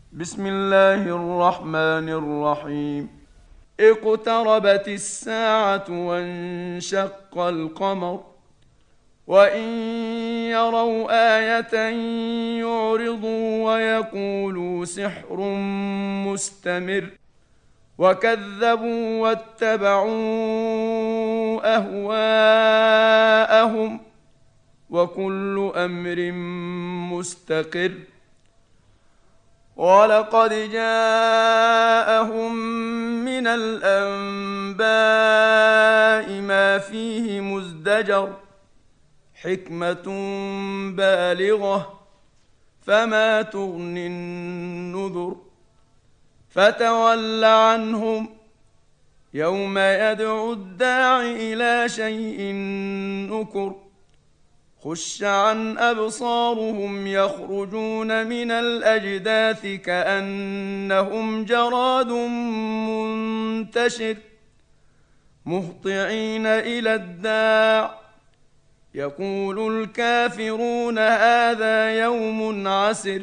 بسم الله الرحمن الرحيم. اقتربت الساعة وانشق القمر، وإن يروا آية يعرضوا ويقولوا سحر مستمر، وكذبوا واتبعوا أهواءهم، وكل أمر مستقر. ولقد جاءهم من الأنباء ما فيه مزدجر، حكمة بالغة، فما تغني النذر. فتول عنهم يوم يدعو الداع إلى شيء نكر، خش عن أبصارهم يخرجون من الأجداث كأنهم جراد منتشر، مهطعين إلى الداع يقول الكافرون هذا يوم عسر.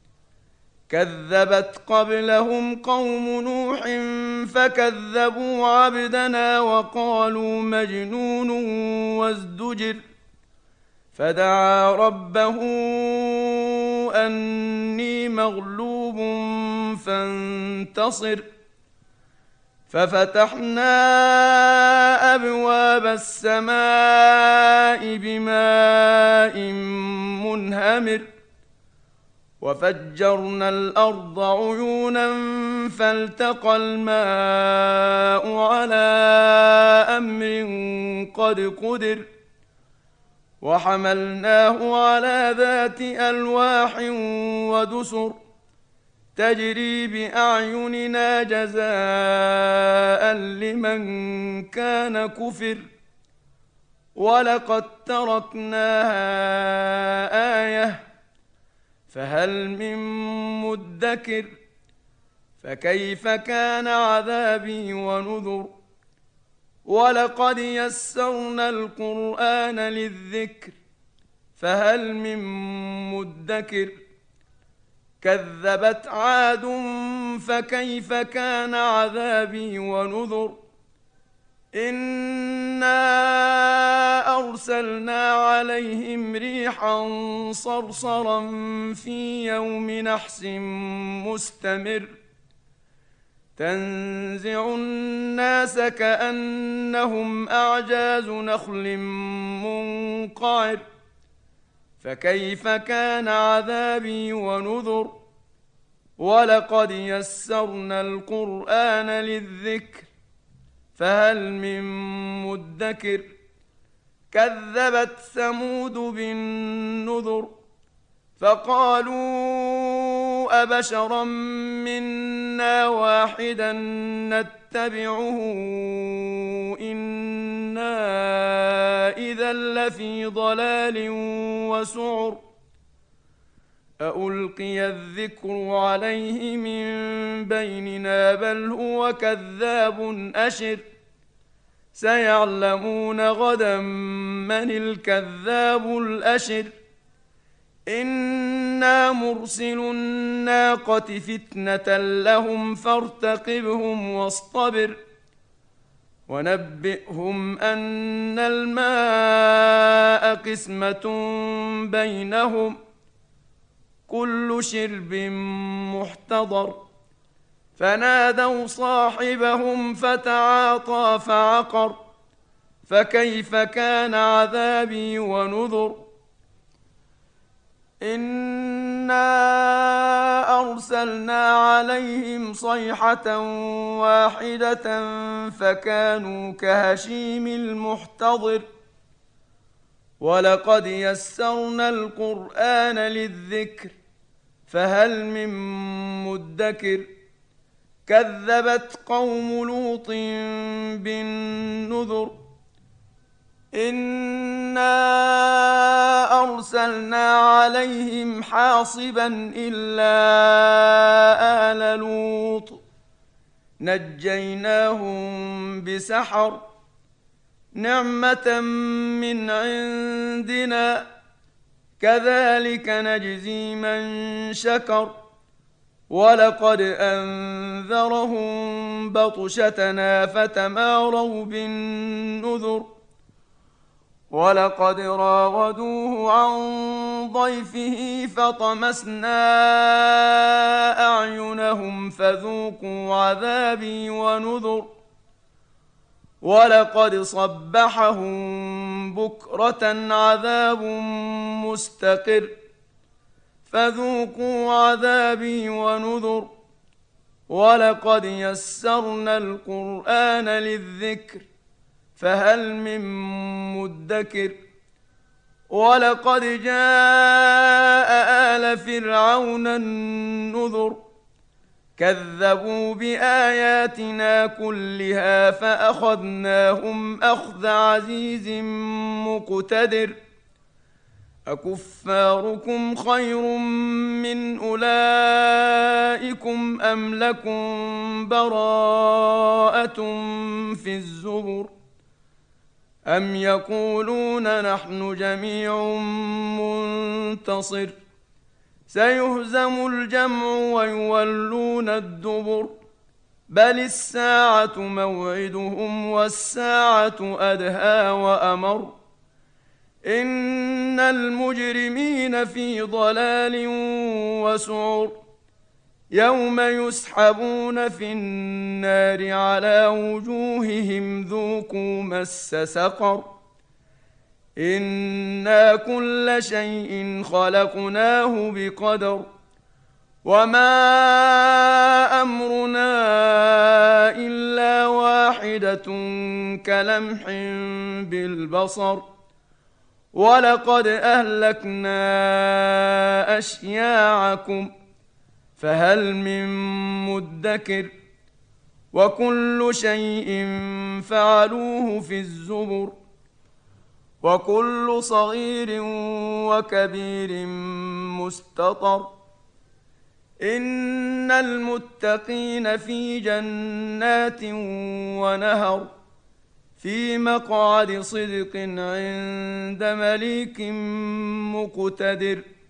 كذبت قبلهم قوم نوح فكذبوا عبدنا وقالوا مجنون وازدجر، فدعا ربه أني مغلوب فانتصر، ففتحنا أبواب السماء بماء منهمر، وفجرنا الأرض عيونا فالتقى الماء على أمر قد قدر، وحملناه على ذات ألواح ودسر، تجري بأعيننا جزاء لمن كان كفر. ولقد تركناها آية فهل من مدكر، فكيف كان عذابي ونذر. ولقد يسرنا القرآن للذكر فهل من مدكر. كذبت عاد فكيف كان عذابي ونذر. إنا أرسلنا عليهم ريحا صرصرا في يوم نحس مستمر، تنزع الناس كأنهم أعجاز نخل منقعر، فكيف كان عذابي ونذر. ولقد يسرنا القرآن للذكر فهل من مدكر. كذبت ثمود بالنذر فقالوا أبشرا منا واحدا نتبعه إنا إذا لفي ضلال وسعر. ألقي الذكر عليه من بيننا بل هو كذاب أشر، سيعلمون غدا من الكذاب الأشر. إنا مرسل الناقة فتنة لهم فارتقبهم واصطبر، ونبئهم أن الماء قسمة بينهم كل شرب محتضر. فنادوا صاحبهم فتعاطى فعقر، فكيف كان عذابي ونذر. إنا أرسلنا عليهم صيحة واحدة فكانوا كهشيم المحتضر. ولقد يسرنا القرآن للذكر فهل من مدكر. كذبت قوم لوط بالنذر. إنا أرسلنا عليهم حاصبا إلا آل لوط نجيناهم بسحر، نعمة من عندنا كذلك نجزي من شكر. ولقد أنذرهم بطشتنا فتماروا بالنذر ولقد راودوه عن ضيفه فطمسنا أعينهم فذوقوا عذابي ونذر ولقد صبحهم بكرة عذاب مستقر فذوقوا عذابي ونذر ولقد يسرنا القرآن للذكر فهل من مدكر ولقد جاء آل فرعون النذر كذبوا بآياتنا كلها فأخذناهم أخذ عزيز مقتدر أكفاركم خير من أولئكم أم لكم براءة في الزبر أم يقولون نحن جميع منتصر سيهزم الجمع ويولون الدبر بل الساعة موعدهم والساعة أدهى وأمر إن المجرمين في ضلال وسعر يوم يسحبون في النار على وجوههم ذوقوا مس سقر إنا كل شيء خلقناه بقدر وما أمرنا إلا واحدة كلمح بالبصر ولقد أهلكنا أشياعكم فهل من مدكر وكل شيء فعلوه في الزبر وكل صغير وكبير مستطر إن المتقين في جنات ونهر في مقعد صدق عند مليك مقتدر